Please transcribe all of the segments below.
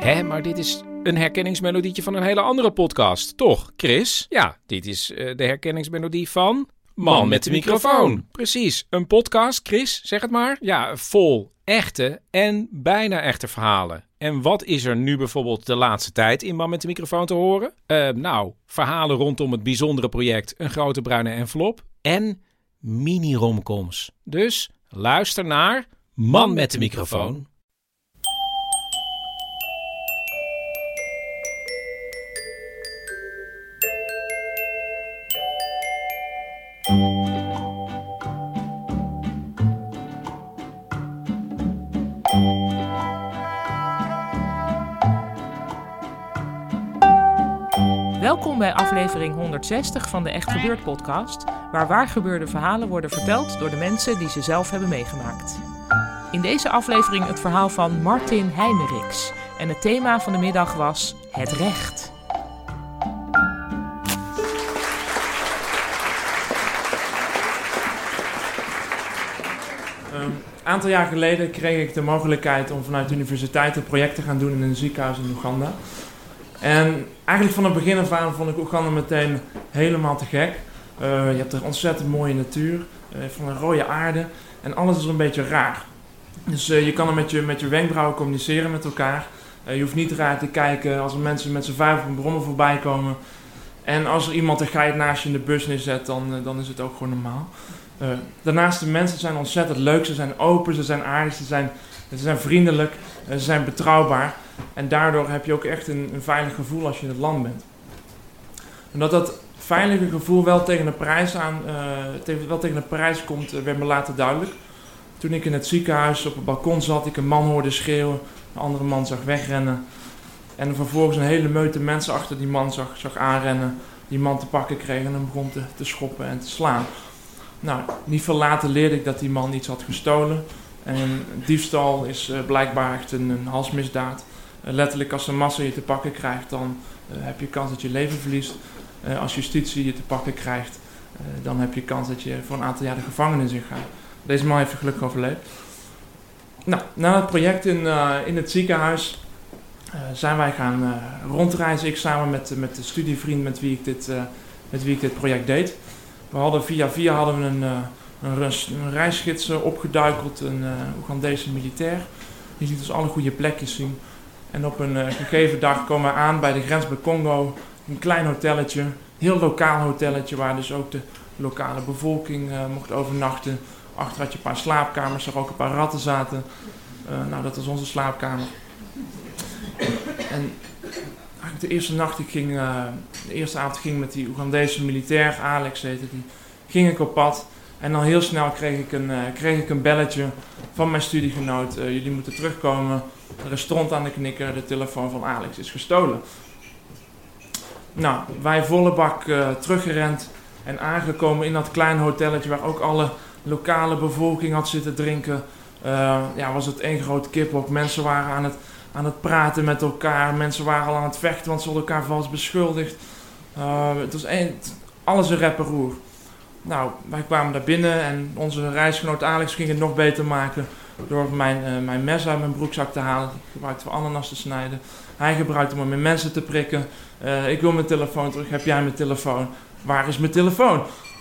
Hé, maar dit is een herkenningsmelodietje van een hele andere podcast, toch, Chris? Ja, dit is de herkenningsmelodie van Man met de microfoon. Precies, een podcast, Chris, zeg het maar. Ja, vol echte en bijna echte verhalen. En wat is er nu bijvoorbeeld de laatste tijd in Man met de microfoon te horen? Verhalen rondom het bijzondere project Een Grote Bruine Envelop en mini-romcoms. Dus luister naar Man met de microfoon. Welkom bij aflevering 160 van de Echt Gebeurd podcast, waar gebeurde verhalen worden verteld door de mensen die ze zelf hebben meegemaakt. In deze aflevering het verhaal van Martin Heimerichs en het thema van de middag was het recht. Een aantal jaar geleden kreeg ik de mogelijkheid om vanuit de universiteit een project te gaan doen in een ziekenhuis in Oeganda. En eigenlijk van het begin af aan vond ik Oeganda meteen helemaal te gek. Je hebt er ontzettend mooie natuur, van een rode aarde en alles is een beetje raar. Dus je kan er met je wenkbrauwen communiceren met elkaar. Je hoeft niet raar te kijken als er mensen met z'n vijf op een brommer voorbij komen. En als er iemand een geit naast je in de bus neerzet, dan is het ook gewoon normaal. Daarnaast de mensen zijn ontzettend leuk, ze zijn open, ze zijn aardig, ze zijn vriendelijk, ze zijn betrouwbaar. En daardoor heb je ook echt een veilig gevoel als je in het land bent. En dat veilige gevoel wel tegen de prijs komt, werd me later duidelijk. Toen ik in het ziekenhuis op het balkon zat, ik een man hoorde schreeuwen, een andere man zag wegrennen. En vervolgens een hele meute mensen achter die man zag aanrennen, die man te pakken kreeg en hem begon te schoppen en te slaan. Nou, niet veel later leerde ik dat die man iets had gestolen. En diefstal is blijkbaar echt een halsmisdaad. Letterlijk als de massa je te pakken krijgt, dan heb je kans dat je leven verliest. Als justitie je te pakken krijgt, dan heb je kans dat je voor een aantal jaar de gevangenis in gaat. Deze man heeft er gelukkig overleefd. Nou, na het project in het ziekenhuis zijn wij gaan rondreizen. Ik samen met de studievriend met wie ik dit project deed. We hadden via hadden we een reisgids opgeduikeld, een Oegandese militair. Die liet ons alle goede plekjes zien. En op een gegeven dag komen we aan bij de grens bij Congo. Een klein hotelletje, een heel lokaal hotelletje waar dus ook de lokale bevolking mocht overnachten. Achter had je een paar slaapkamers, waar ook een paar ratten zaten. Dat was onze slaapkamer. En eigenlijk de eerste avond ging met die Oegandese militair, Alex heette die, ging ik op pad. En dan heel snel kreeg ik een belletje van mijn studiegenoot. Jullie moeten terugkomen. Er is stront aan de knikker. De telefoon van Alex is gestolen. Nou, wij volle bak teruggerend. En aangekomen in dat kleine hotelletje waar ook alle lokale bevolking had zitten drinken. Was het één groot kiphok. Mensen waren aan het praten met elkaar. Mensen waren al aan het vechten, want ze hadden elkaar vast beschuldigd. Het was alles een rep en roer. Nou, wij kwamen daar binnen en onze reisgenoot Alex ging het nog beter maken door mijn mes uit mijn broekzak te halen. Ik gebruikte voor ananas te snijden. Hij gebruikte hem om mijn mensen te prikken. Ik wil mijn telefoon terug. Heb jij mijn telefoon? Waar is mijn telefoon?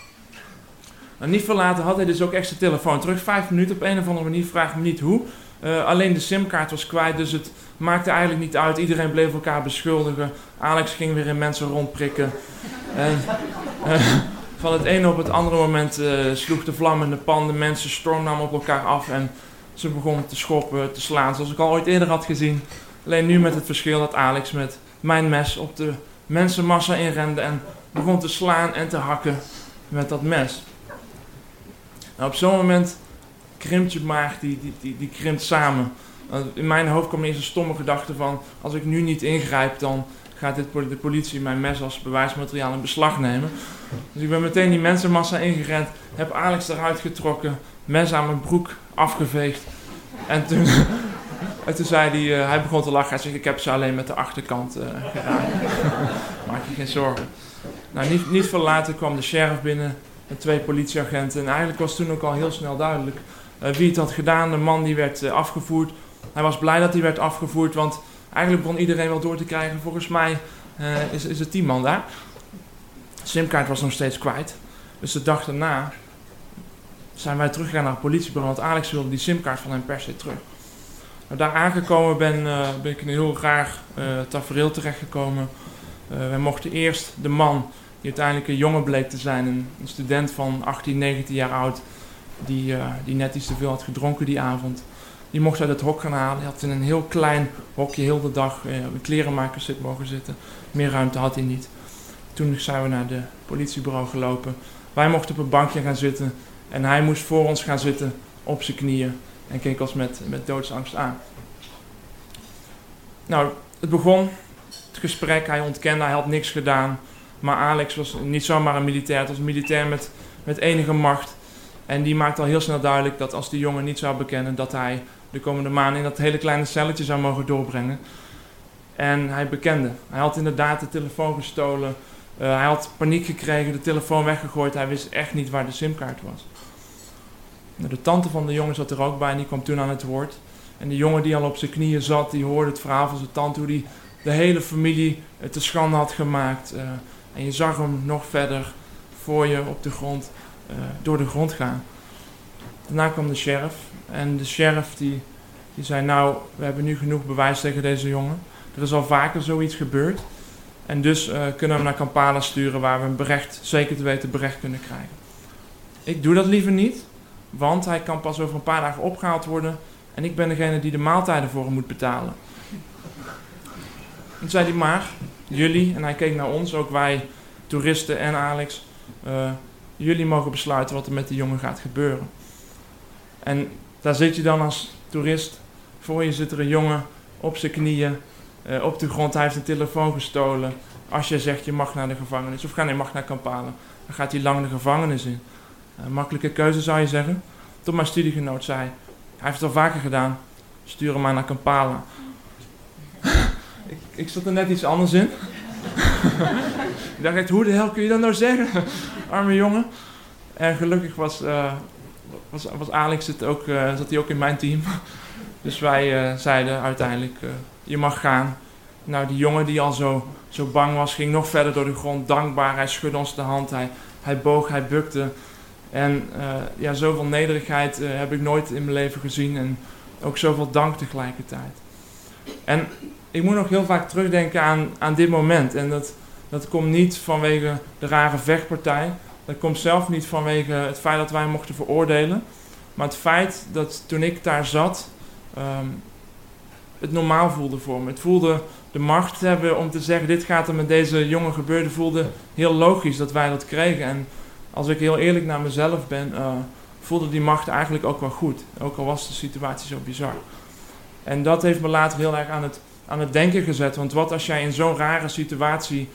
Nou, niet veel later had hij dus ook echt zijn telefoon terug. 5 minuten op een of andere manier, vraag me niet hoe. Alleen de simkaart was kwijt, dus het maakte eigenlijk niet uit. Iedereen bleef elkaar beschuldigen. Alex ging weer in mensen rondprikken. En van het ene op het andere moment sloeg de vlam in de pan. De mensen stormden op elkaar af en ze begonnen te schoppen, te slaan. Zoals ik al ooit eerder had gezien. Alleen nu met het verschil dat Alex met mijn mes op de mensenmassa inrende en begon te slaan en te hakken met dat mes. Nou, op zo'n moment krimpt je maag, die krimpt samen. In mijn hoofd kwam eerst een stomme gedachte van, als ik nu niet ingrijp, dan gaat de politie mijn mes als bewijsmateriaal in beslag nemen. Dus ik ben meteen die mensenmassa ingerend, heb Alex eruit getrokken, mes aan mijn broek afgeveegd. En toen zei hij begon te lachen. Hij zei, ik heb ze alleen met de achterkant gedaan. Maak je geen zorgen. Nou, niet veel later kwam de sheriff binnen met 2 politieagenten. En eigenlijk was toen ook al heel snel duidelijk wie het had gedaan. De man die werd afgevoerd. Hij was blij dat hij werd afgevoerd, want eigenlijk begon iedereen wel door te krijgen, volgens mij is het die man daar. De simkaart was nog steeds kwijt. Dus de dag daarna zijn wij teruggegaan naar het politiebureau, want Alex wilde die simkaart van hem per se terug. Nou, daar aangekomen ben ik in een heel raar tafereel terechtgekomen. Wij mochten eerst de man, die uiteindelijk een jongen bleek te zijn, een student van 18, 19 jaar oud, die net iets te veel had gedronken die avond. Die mocht uit het hok gaan halen. Hij had in een heel klein hokje heel de dag een klerenmakerszit mogen zitten. Meer ruimte had hij niet. Toen zijn we naar het politiebureau gelopen. Wij mochten op een bankje gaan zitten. En hij moest voor ons gaan zitten op zijn knieën. En keek ons met doodsangst aan. Nou, het begon. Het gesprek, hij ontkende, hij had niks gedaan. Maar Alex was niet zomaar een militair. Het was een militair met enige macht. En die maakte al heel snel duidelijk dat als die jongen niet zou bekennen, dat hij de komende maanden in dat hele kleine celletje zou mogen doorbrengen. En hij bekende. Hij had inderdaad de telefoon gestolen. Hij had paniek gekregen, de telefoon weggegooid. Hij wist echt niet waar de simkaart was. De tante van de jongen zat er ook bij en die kwam toen aan het woord. En de jongen die al op zijn knieën zat, die hoorde het verhaal van zijn tante, hoe die de hele familie te schande had gemaakt. En je zag hem nog verder voor je op de grond, door de grond gaan. Daarna kwam de sheriff. En de sheriff die zei, nou, we hebben nu genoeg bewijs tegen deze jongen. Er is al vaker zoiets gebeurd. En dus kunnen we hem naar Kampala sturen waar we hem zeker te weten berecht kunnen krijgen. Ik doe dat liever niet, want hij kan pas over een paar dagen opgehaald worden. En ik ben degene die de maaltijden voor hem moet betalen. Toen zei hij maar, jullie, en hij keek naar ons, ook wij toeristen en Alex, jullie mogen besluiten wat er met die jongen gaat gebeuren. En daar zit je dan als toerist, voor je zit er een jongen op zijn knieën, op de grond, hij heeft een telefoon gestolen. Als je zegt je mag naar de gevangenis, of je mag naar Kampala, dan gaat hij lang de gevangenis in. Makkelijke keuze zou je zeggen. Tot mijn studiegenoot zei, hij heeft het al vaker gedaan, stuur hem maar naar Kampala. Ik zat er net iets anders in. Ik dacht echt, hoe de hel kun je dat nou zeggen? Arme jongen. En gelukkig was Alex zat hij ook in mijn team. Dus wij zeiden uiteindelijk, je mag gaan. Nou, die jongen die al zo bang was, ging nog verder door de grond. Dankbaar, hij schudde ons de hand. Hij boog, hij bukte. En zoveel nederigheid heb ik nooit in mijn leven gezien. En ook zoveel dank tegelijkertijd. En ik moet nog heel vaak terugdenken aan dit moment. En dat komt niet vanwege de rare vechtpartij. Dat komt zelf niet vanwege het feit dat wij hem mochten veroordelen. Maar het feit dat toen ik daar zat, het normaal voelde voor me. Het voelde de macht hebben om te zeggen, dit gaat er met deze jongen gebeuren. Voelde heel logisch dat wij dat kregen. En als ik heel eerlijk naar mezelf ben, voelde die macht eigenlijk ook wel goed. Ook al was de situatie zo bizar. En dat heeft me later heel erg aan het denken gezet. Want wat als jij in zo'n rare situatie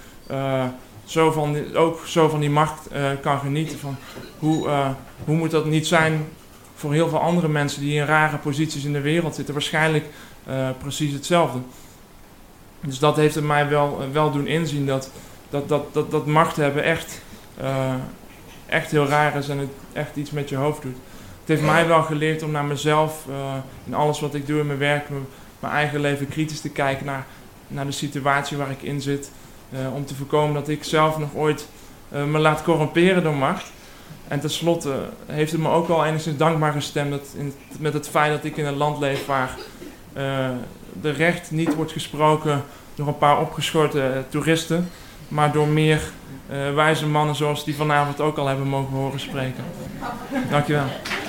zo van die macht kan genieten. Van hoe moet dat niet zijn voor heel veel andere mensen die in rare posities in de wereld zitten. Waarschijnlijk precies hetzelfde. Dus dat heeft er mij wel doen inzien dat macht hebben echt heel raar is en het echt iets met je hoofd doet. Het heeft mij wel geleerd om naar mezelf, in alles wat ik doe in mijn werk, mijn eigen leven kritisch te kijken naar de situatie waar ik in zit. Om te voorkomen dat ik zelf nog ooit me laat corromperen door macht. En tenslotte heeft het me ook wel enigszins dankbaar gestemd met het feit dat ik in een land leef waar de recht niet wordt gesproken door een paar opgeschoten toeristen, maar door meer wijze mannen zoals die vanavond ook al hebben mogen horen spreken. Dankjewel.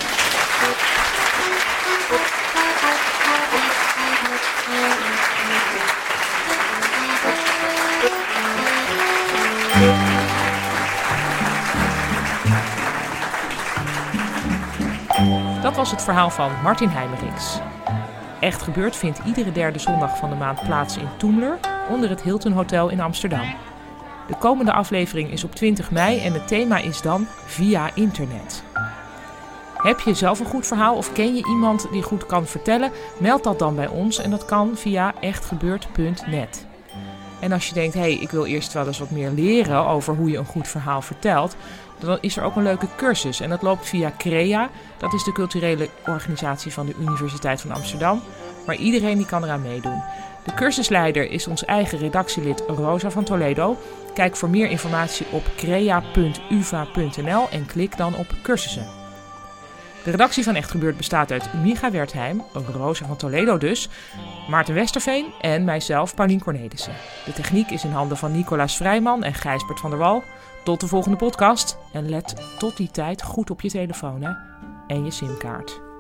Dat was het verhaal van Martin Heijmerichs. Echt Gebeurd vindt iedere derde zondag van de maand plaats in Toemler onder het Hilton Hotel in Amsterdam. De komende aflevering is op 20 mei en het thema is dan via internet. Heb je zelf een goed verhaal of ken je iemand die goed kan vertellen? Meld dat dan bij ons en dat kan via echtgebeurd.net. En als je denkt, ik wil eerst wel eens wat meer leren over hoe je een goed verhaal vertelt, dan is er ook een leuke cursus en dat loopt via CREA. Dat is de culturele organisatie van de Universiteit van Amsterdam. maar iedereen die kan eraan meedoen. De cursusleider is ons eigen redactielid Rosa van Toledo. Kijk voor meer informatie op crea.uva.nl en klik dan op cursussen. De redactie van Echt Gebeurd bestaat uit Micha Wertheim, Rosa van Toledo dus, Maarten Westerveen en mijzelf, Paulien Cornelissen. De techniek is in handen van Nicolaas Vrijman en Gijsbert van der Wal. Tot de volgende podcast en let tot die tijd goed op je telefoon en je simkaart.